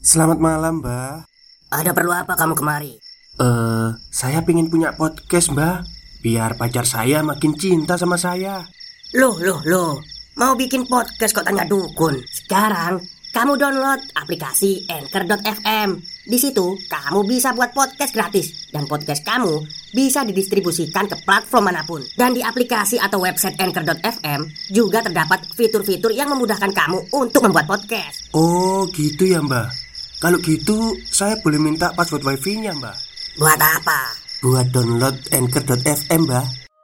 Selamat malam, Mbak. Ada perlu apa kamu kemari? Saya pengen punya podcast, Mbak. Biar pacar saya makin cinta sama saya. Loh. Mau bikin podcast kok tanya dukun? Sekarang kamu download aplikasi Anchor.fm. Di situ kamu bisa buat podcast gratis. Dan podcast kamu bisa didistribusikan ke platform manapun. Dan di aplikasi atau website Anchor.fm juga terdapat fitur-fitur yang memudahkan kamu untuk membuat podcast. Oh, gitu ya, Mbak. Kalau gitu, saya boleh minta password wifi-nya, Mbak. Buat apa? Buat download Anchor.fm, Mbak.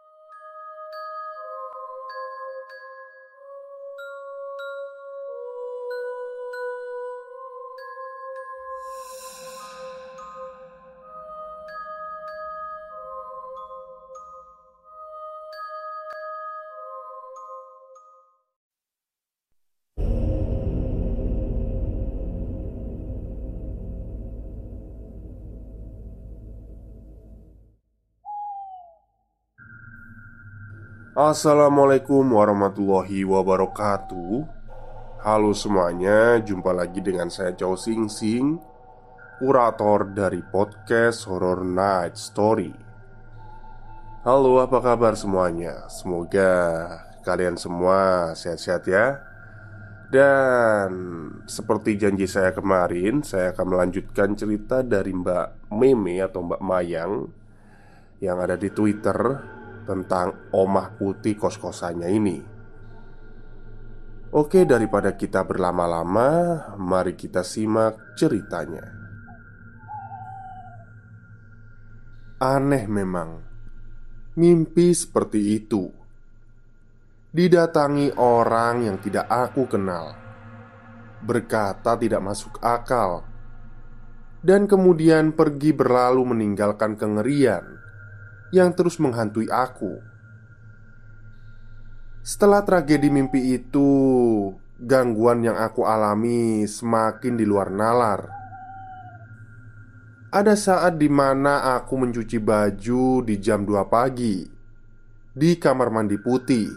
Assalamualaikum warahmatullahi wabarakatuh. Halo semuanya, jumpa lagi dengan saya Chow Sing Sing, kurator dari podcast Horror Night Story. Halo, apa kabar semuanya? Semoga kalian semua sehat-sehat ya. Dan seperti janji saya kemarin, saya akan melanjutkan cerita dari Mbak Meme atau Mbak Mayang yang ada di Twitter tentang Omah Putih kos-kosannya ini. Oke, daripada kita berlama-lama, mari kita simak ceritanya. Aneh memang, mimpi seperti itu. Didatangi orang yang tidak aku kenal, berkata tidak masuk akal, dan kemudian pergi berlalu meninggalkan kengerian yang terus menghantui aku. Setelah tragedi mimpi itu, gangguan yang aku alami semakin di luar nalar. Ada saat di mana aku mencuci baju di jam 2 pagi di kamar mandi putih.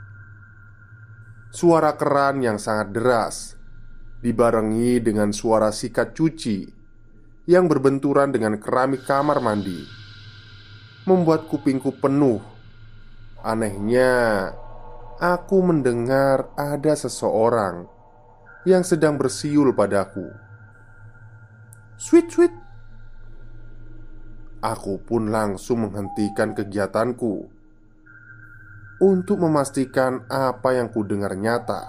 Suara keran yang sangat deras dibarengi dengan suara sikat cuci yang berbenturan dengan keramik kamar mandi membuat kupingku penuh. Anehnya, aku mendengar ada seseorang yang sedang bersiul padaku. Sweet. Aku pun langsung menghentikan kegiatanku untuk memastikan apa yang kudengar nyata.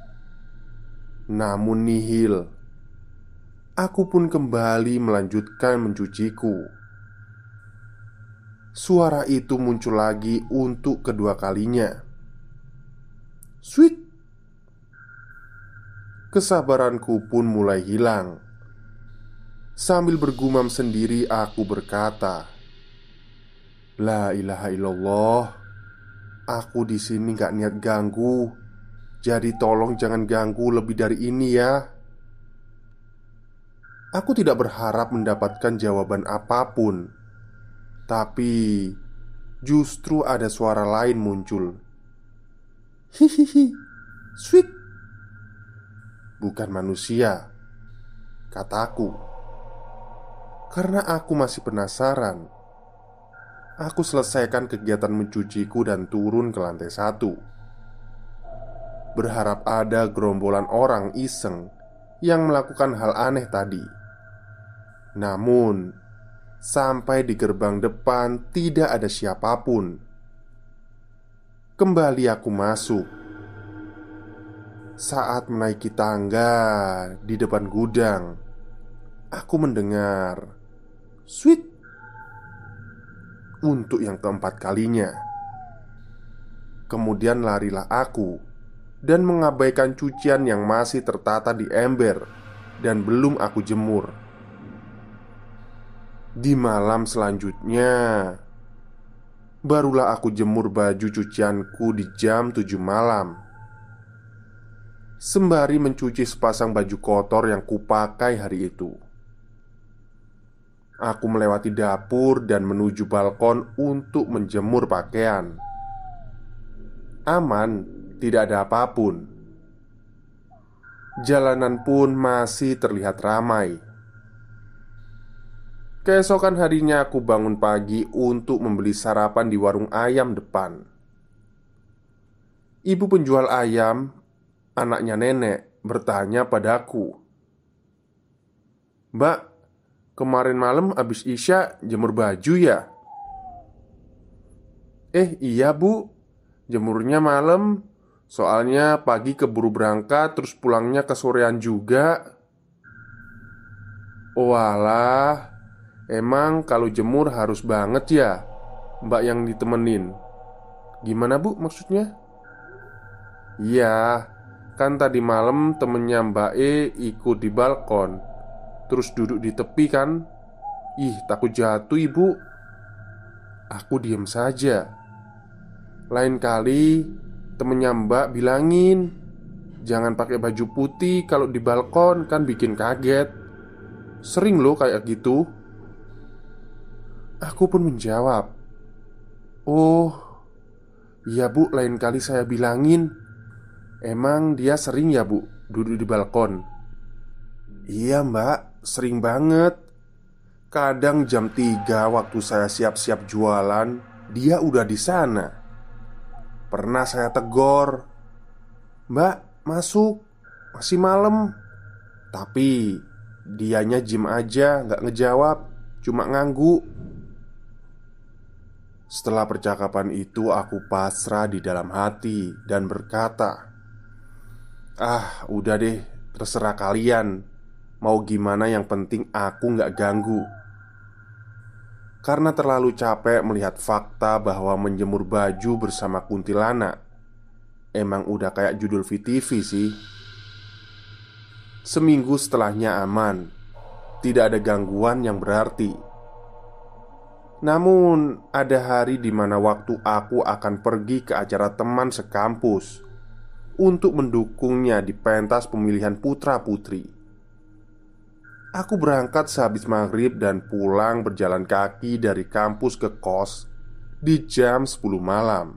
Namun nihil. Aku pun kembali melanjutkan mencuciku. Suara itu muncul lagi untuk kedua kalinya. Sweet. Kesabaranku pun mulai hilang. Sambil bergumam sendiri aku berkata, La ilaha illallah. Aku di sini gak niat ganggu. Jadi tolong jangan ganggu lebih dari ini ya. Aku tidak berharap mendapatkan jawaban apapun. Tapi justru ada suara lain muncul. Hihihi, sweet. Bukan manusia, kataku. Karena aku masih penasaran, aku selesaikan kegiatan mencuciku dan turun ke lantai 1, berharap ada gerombolan orang iseng yang melakukan hal aneh tadi. Namun, sampai di gerbang depan tidak ada siapapun. Kembali aku masuk. Saat menaiki tangga di depan gudang, aku mendengar sweet untuk yang keempat kalinya. Kemudian larilah aku dan mengabaikan cucian yang masih tertata di ember dan belum aku jemur. Di malam selanjutnya, barulah aku jemur baju cucianku di jam 7 malam, sembari mencuci sepasang baju kotor yang kupakai hari itu. Aku melewati dapur dan menuju balkon untuk menjemur pakaian. Aman, tidak ada apapun. Jalanan pun masih terlihat ramai. Keesokan harinya aku bangun pagi untuk membeli sarapan di warung ayam depan. Ibu penjual ayam, anaknya nenek, bertanya padaku, "Mbak, kemarin malam habis Isya jemur baju ya?" Iya bu, jemurnya malam. Soalnya pagi keburu berangkat terus pulangnya kesorean juga." "Walah, emang kalau jemur harus banget ya Mbak yang ditemenin?" "Gimana bu maksudnya?" "Iya, kan tadi malam temennya Mbak E ikut di balkon, terus duduk di tepi kan. Ih, takut jatuh ibu." Aku diem saja. Lain kali temennya Mbak bilangin, "Jangan pakai baju putih kalau di balkon, kan bikin kaget." Sering loh kayak gitu. Aku pun menjawab, "Oh, iya bu, lain kali saya bilangin. Emang dia sering ya bu duduk di balkon?" "Iya mbak, sering banget. Kadang jam 3 waktu saya siap-siap jualan, dia udah di sana. Pernah saya tegor, 'Mbak, masuk, masih malam.' Tapi dianya jim aja, nggak ngejawab, cuma ngangguk." Setelah percakapan itu aku pasrah di dalam hati dan berkata, "Ah, udah deh, terserah kalian. Mau gimana yang penting aku nggak ganggu." Karena terlalu capek melihat fakta bahwa menjemur baju bersama kuntilanak emang udah kayak judul VTV sih. Seminggu setelahnya aman, tidak ada gangguan yang berarti. Namun ada hari di mana waktu aku akan pergi ke acara teman sekampus untuk mendukungnya di pentas pemilihan putra-putri. Aku berangkat sehabis maghrib dan pulang berjalan kaki dari kampus ke kos di jam 10 malam.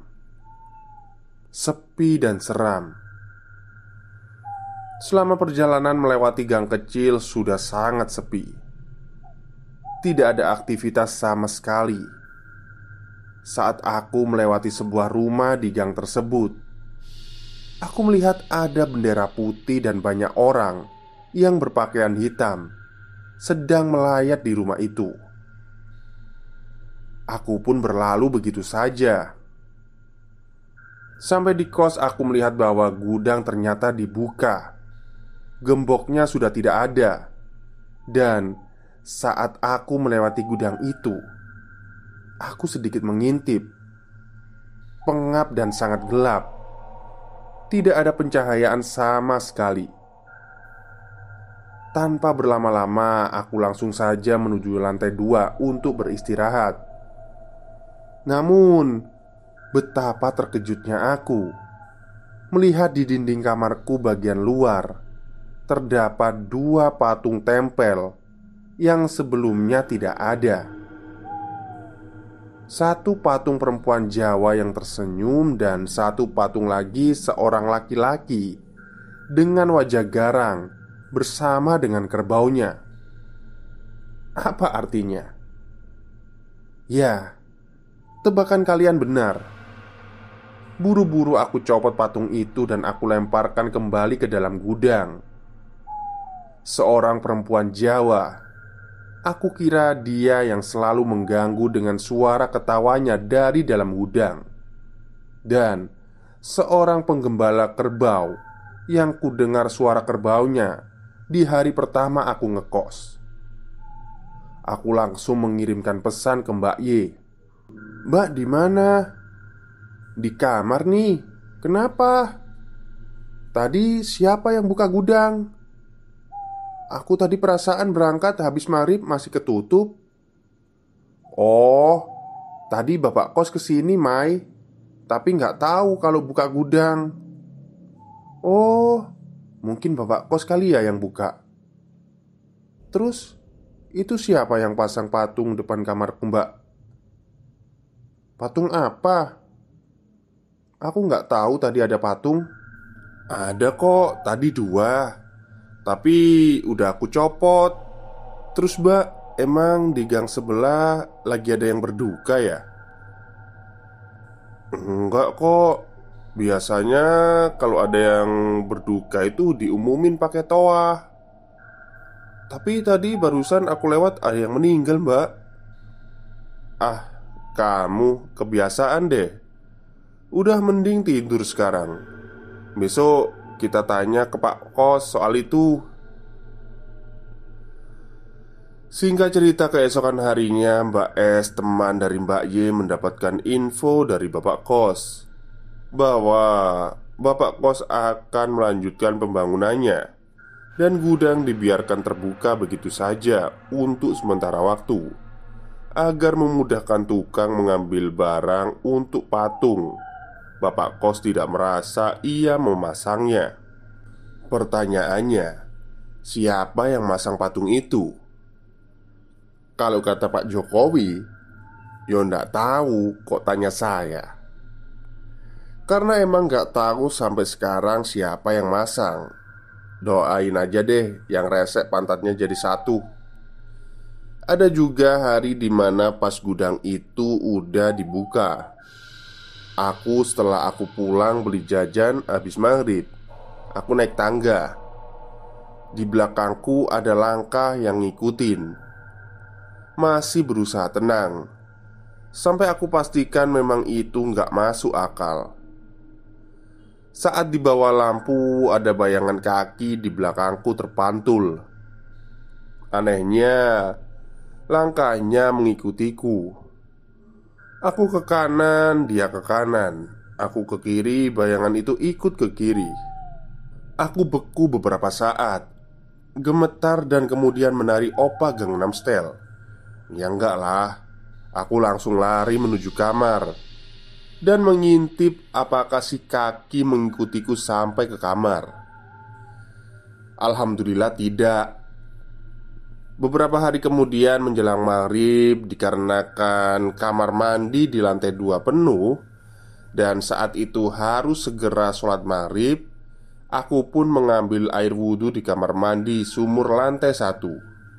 Sepi dan seram. Selama perjalanan melewati gang kecil sudah sangat sepi. Tidak ada aktivitas sama sekali. Saat aku melewati sebuah rumah di gang tersebut, aku melihat ada bendera putih dan banyak orang yang berpakaian hitam sedang melayat di rumah itu. Aku pun berlalu begitu saja. Sampai di kos aku melihat bahwa gudang ternyata dibuka. Gemboknya sudah tidak ada. Dan saat aku melewati gudang itu, aku sedikit mengintip. Pengap dan sangat gelap. Tidak ada pencahayaan sama sekali. Tanpa berlama-lama, aku langsung saja menuju lantai 2 untuk beristirahat. Namun, betapa terkejutnya aku melihat di dinding kamarku bagian luar terdapat 2 patung tempel yang sebelumnya tidak ada. Satu patung perempuan Jawa yang tersenyum dan satu patung lagi seorang laki-laki dengan wajah garang bersama dengan kerbaunya. Apa artinya? Ya, tebakan kalian benar. Buru-buru aku copot patung itu dan aku lemparkan kembali ke dalam gudang. Seorang perempuan Jawa. Aku kira dia yang selalu mengganggu dengan suara ketawanya dari dalam gudang. Dan seorang penggembala kerbau yang kudengar suara kerbaunya di hari pertama aku ngekos. Aku langsung mengirimkan pesan ke Mbak Y. "Mbak di mana?" "Di kamar nih. Kenapa?" "Tadi siapa yang buka gudang?" "Aku tadi perasaan berangkat habis maghrib masih ketutup." "Oh, tadi bapak kos kesini, Mai. Tapi nggak tahu kalau buka gudang." "Oh, mungkin bapak kos kali ya yang buka." "Terus, itu siapa yang pasang patung depan kamarku, Mbak?" "Patung apa?" "Aku nggak tahu tadi ada patung." "Ada kok, tadi 2. tapi udah aku copot. Terus Mbak, emang di gang sebelah lagi ada yang berduka ya? Enggak kok. Biasanya kalau ada yang berduka itu diumumin pakai toa. Tapi tadi barusan aku lewat ada yang meninggal Mbak. Ah, kamu kebiasaan deh. Udah mending tidur sekarang. Besok kita tanya ke Pak Kos soal itu. Singkat cerita, keesokan harinya Mbak S, teman dari Mbak Y, mendapatkan info dari Bapak Kos bahwa Bapak Kos akan melanjutkan pembangunannya dan gudang dibiarkan terbuka begitu saja untuk sementara waktu agar memudahkan tukang mengambil barang untuk patung. Bapak Kos tidak merasa ia memasangnya. Pertanyaannya, siapa yang masang patung itu? Kalau kata Pak Jokowi, yo ndak tahu, kok tanya saya. Karena emang nggak tahu sampai sekarang siapa yang masang. Doain aja deh yang resek pantatnya jadi satu. Ada juga hari dimana pas gudang itu udah dibuka. Setelah aku pulang beli jajan habis maghrib, aku naik tangga. Di belakangku ada langkah yang ngikutin. Masih berusaha tenang sampai aku pastikan memang itu nggak masuk akal. Saat di bawah lampu ada bayangan kaki di belakangku terpantul. Anehnya, langkahnya mengikutiku. Aku ke kanan, dia ke kanan. Aku ke kiri, bayangan itu ikut ke kiri. Aku beku beberapa saat, gemetar dan kemudian menari Oppa Gangnam Style. Ya enggak lah, aku langsung lari menuju kamar dan mengintip apakah si kaki mengikutiku sampai ke kamar. Alhamdulillah tidak. Beberapa hari kemudian menjelang maghrib, dikarenakan kamar mandi di lantai 2 penuh dan saat itu harus segera sholat maghrib, aku pun mengambil air wudhu di kamar mandi sumur lantai 1.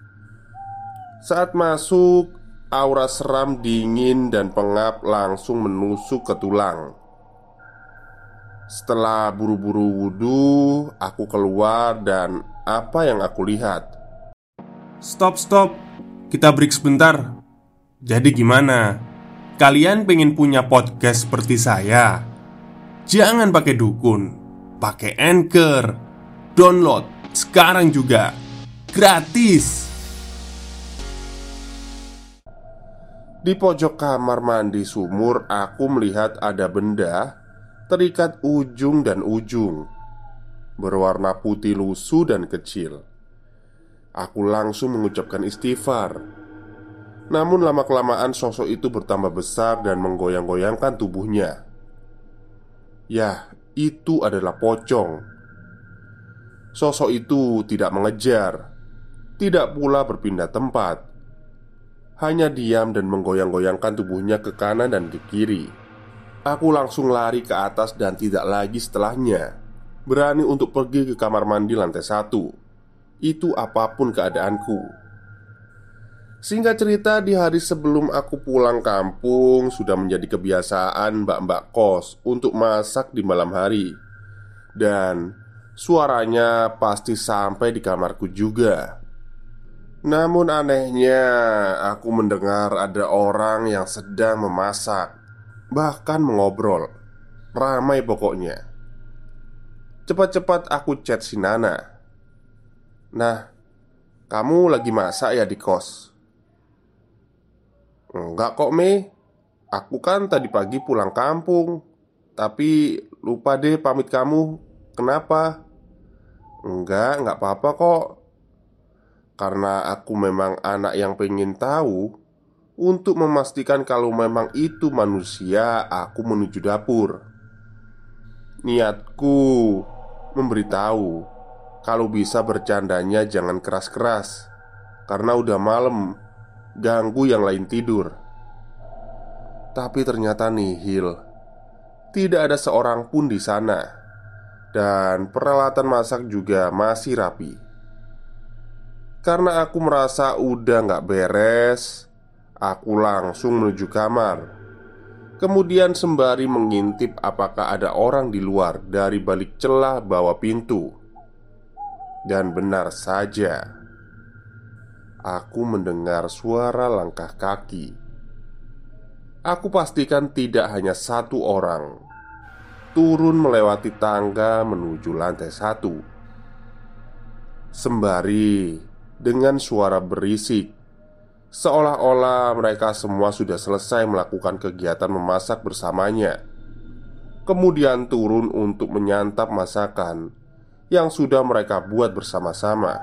Saat masuk, aura seram, dingin, dan pengap langsung menusuk ke tulang. Setelah buru-buru wudhu, aku keluar dan apa yang aku lihat? Stop, kita break sebentar. Jadi gimana? Kalian pengen punya podcast seperti saya? Jangan pakai dukun, pakai Anchor. Download sekarang juga, gratis. Di pojok kamar mandi sumur, aku melihat ada benda terikat ujung dan ujung, berwarna putih lusuh dan kecil. Aku langsung mengucapkan istighfar. Namun lama-kelamaan sosok itu bertambah besar dan menggoyang-goyangkan tubuhnya. Yah, itu adalah pocong. Sosok itu tidak mengejar, tidak pula berpindah tempat. Hanya diam dan menggoyang-goyangkan tubuhnya ke kanan dan ke kiri. Aku langsung lari ke atas dan tidak lagi setelahnya berani untuk pergi ke kamar mandi lantai 1. Itu apapun keadaanku. Singkat cerita, di hari sebelum aku pulang kampung sudah menjadi kebiasaan mbak-mbak kos untuk masak di malam hari. Dan suaranya pasti sampai di kamarku juga. Namun anehnya, aku mendengar ada orang yang sedang memasak, bahkan mengobrol. Ramai pokoknya. Cepat-cepat aku chat si Nana. Nah, kamu lagi masak ya di kos? Enggak kok Me, aku kan tadi pagi pulang kampung. Tapi lupa deh pamit kamu. Kenapa? Enggak apa-apa kok. Karena aku memang anak yang pengen tahu. Untuk memastikan kalau memang itu manusia, aku menuju dapur. Niatku memberitahu kalau bisa bercandanya jangan keras-keras, karena udah malam, ganggu yang lain tidur. Tapi ternyata nihil. Tidak ada seorang pun di sana. Dan peralatan masak juga masih rapi. Karena aku merasa udah gak beres, aku langsung menuju kamar. Kemudian sembari mengintip apakah ada orang di luar dari balik celah bawah pintu. Dan benar saja, aku mendengar suara langkah kaki. Aku pastikan tidak hanya satu orang turun melewati tangga menuju lantai 1. Sembari dengan suara berisik, seolah-olah mereka semua sudah selesai melakukan kegiatan memasak bersamanya. Kemudian turun untuk menyantap masakan yang sudah mereka buat bersama-sama.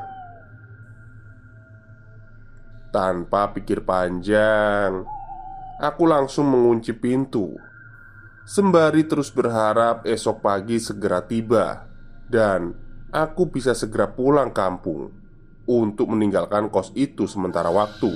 Tanpa pikir panjang, aku langsung mengunci pintu, sembari terus berharap esok pagi segera tiba dan aku bisa segera pulang kampung untuk meninggalkan kos itu sementara waktu.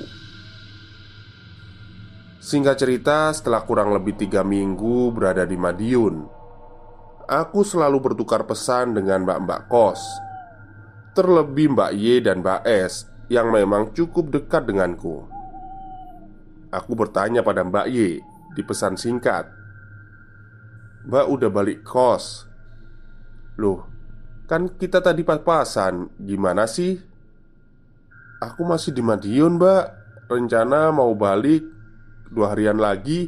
Singkat cerita, setelah kurang lebih 3 minggu berada di Madiun, aku selalu bertukar pesan dengan mbak-mbak kos, terlebih Mbak Y dan Mbak S yang memang cukup dekat denganku. Aku bertanya pada Mbak Y di pesan singkat, "Mbak udah balik kos?" "Loh, kan kita tadi pas-pasan, gimana sih?" "Aku masih di Madiun, Mbak. Rencana mau balik 2 harian lagi."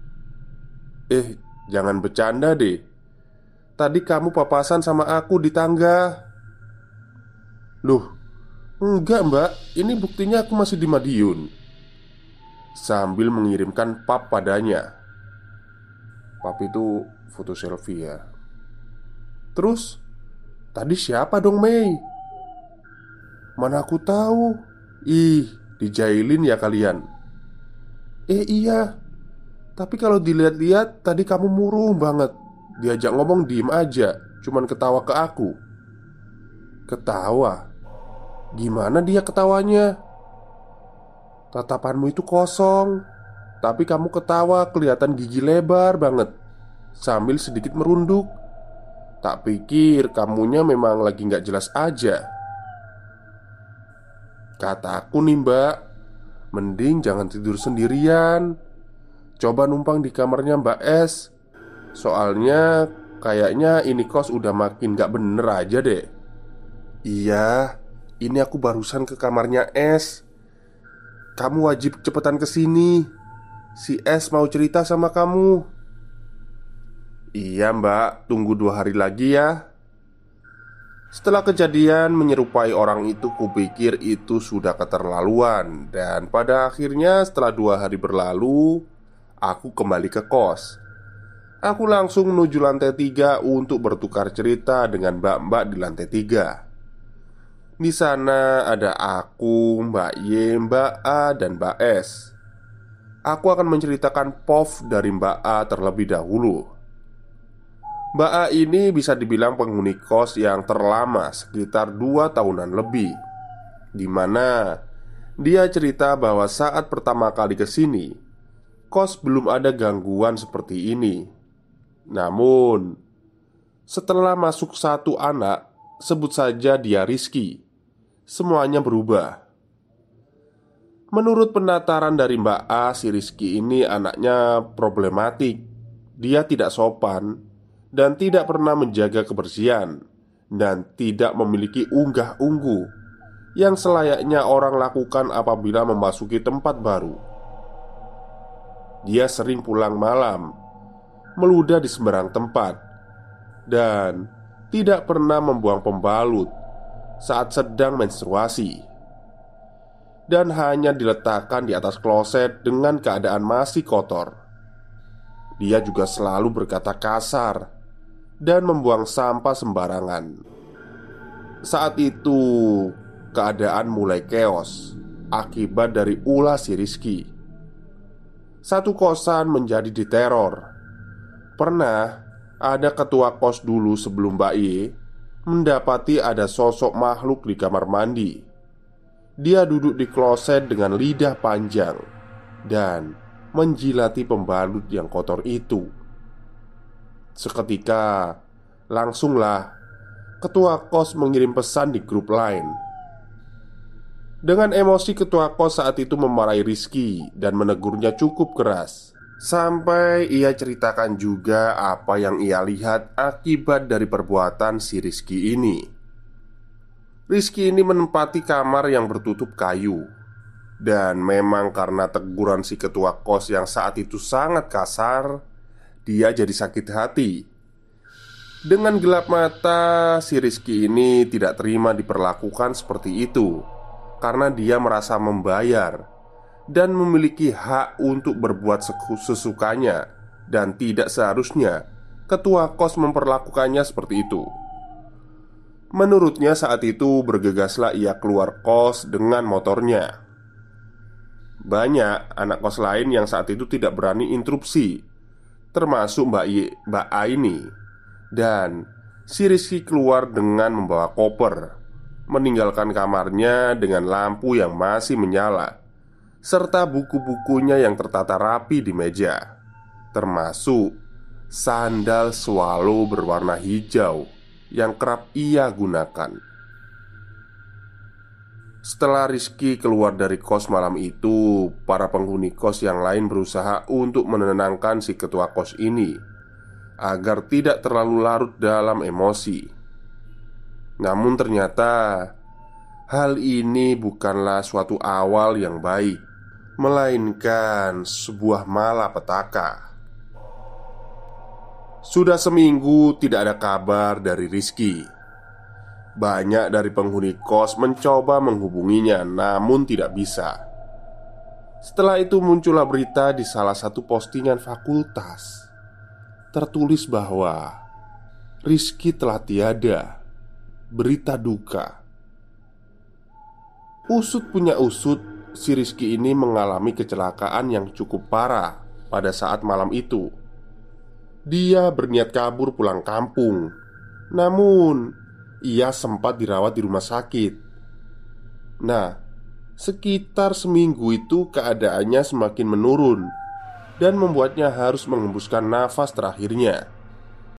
Jangan bercanda deh. Tadi kamu papasan sama aku di tangga." "Loh, enggak Mbak, ini buktinya aku masih di Madiun." Sambil mengirimkan pap padanya. Pap itu foto selfie ya. "Terus, tadi siapa dong Mei?" "Mana aku tahu. Ih, dijailin ya kalian." Iya. Tapi kalau dilihat-lihat tadi kamu murung banget. Diajak ngomong diem aja, cuman ketawa ke aku." "Ketawa? Gimana dia ketawanya?" "Tatapanmu itu kosong, tapi kamu ketawa kelihatan gigi lebar banget, sambil sedikit merunduk. Tak pikir kamunya memang lagi gak jelas aja." Kataku nih Mbak, mending jangan tidur sendirian. Coba numpang di kamarnya Mbak S. Soalnya kayaknya ini kos udah makin gak bener aja deh." "Iya, ini aku barusan ke kamarnya S. Kamu wajib cepetan kesini. Si S mau cerita sama kamu." "Iya Mbak, tunggu 2 hari lagi ya." Setelah kejadian menyerupai orang itu, kupikir itu sudah keterlaluan. Dan pada akhirnya setelah 2 hari berlalu, aku kembali ke kos. Aku langsung menuju lantai 3 untuk bertukar cerita dengan mbak-mbak di lantai 3. Di sana ada aku, Mbak Y, Mbak A, dan Mbak S. Aku akan menceritakan POV dari Mbak A terlebih dahulu. Mbak A ini bisa dibilang penghuni kos yang terlama, sekitar 2 tahunan lebih, dimana dia cerita bahwa saat pertama kali kesini, kos belum ada gangguan seperti ini. Namun, setelah masuk 1 anak, sebut saja dia Rizky, semuanya berubah. Menurut penataran dari Mbak A, si Rizky ini anaknya problematik. Dia tidak sopan dan tidak pernah menjaga kebersihan, dan tidak memiliki unggah-ungguh yang selayaknya orang lakukan apabila memasuki tempat baru. Dia sering pulang malam, meludah di sembarang tempat, dan tidak pernah membuang pembalut saat sedang menstruasi, dan hanya diletakkan di atas kloset dengan keadaan masih kotor. Dia juga selalu berkata kasar dan membuang sampah sembarangan. Saat itu, keadaan mulai keos akibat dari ulah si Rizky. Satu kosan menjadi diteror. Pernah ada ketua kos dulu sebelum Mbak Y mendapati ada sosok makhluk di kamar mandi. Dia duduk di kloset dengan lidah panjang dan menjilati pembalut yang kotor itu. Seketika, langsunglah ketua kos mengirim pesan di grup lain. Dengan emosi, ketua kos saat itu memarahi Rizky dan menegurnya cukup keras. Sampai ia ceritakan juga apa yang ia lihat akibat dari perbuatan si Rizky ini. Rizky ini menempati kamar yang bertutup kayu. Dan memang karena teguran si ketua kos yang saat itu sangat kasar, dia jadi sakit hati. Dengan gelap mata, si Rizky ini tidak terima diperlakukan seperti itu, karena dia merasa membayar dan memiliki hak untuk berbuat sesukanya. Dan tidak seharusnya ketua kos memperlakukannya seperti itu. Menurutnya saat itu bergegaslah ia keluar kos dengan motornya. Banyak anak kos lain yang saat itu tidak berani interupsi, termasuk Mbak A ini. Dan si Rizky keluar dengan membawa koper, meninggalkan kamarnya dengan lampu yang masih menyala, serta buku-bukunya yang tertata rapi di meja, termasuk sandal swallow berwarna hijau yang kerap ia gunakan. Setelah Rizky keluar dari kos malam itu, para penghuni kos yang lain berusaha untuk menenangkan si ketua kos ini agar tidak terlalu larut dalam emosi. Namun ternyata hal ini bukanlah suatu awal yang baik, melainkan sebuah malapetaka. Sudah seminggu tidak ada kabar dari Rizky. Banyak dari penghuni kos mencoba menghubunginya, namun tidak bisa. Setelah itu muncullah berita di salah satu postingan fakultas. Tertulis bahwa Rizky telah tiada. Berita duka. Usut punya usut, si Rizky ini mengalami kecelakaan yang cukup parah pada saat malam itu. Dia berniat kabur pulang kampung, namun ia sempat dirawat di rumah sakit. Nah, sekitar seminggu itu keadaannya semakin menurun dan membuatnya harus mengembuskan nafas terakhirnya.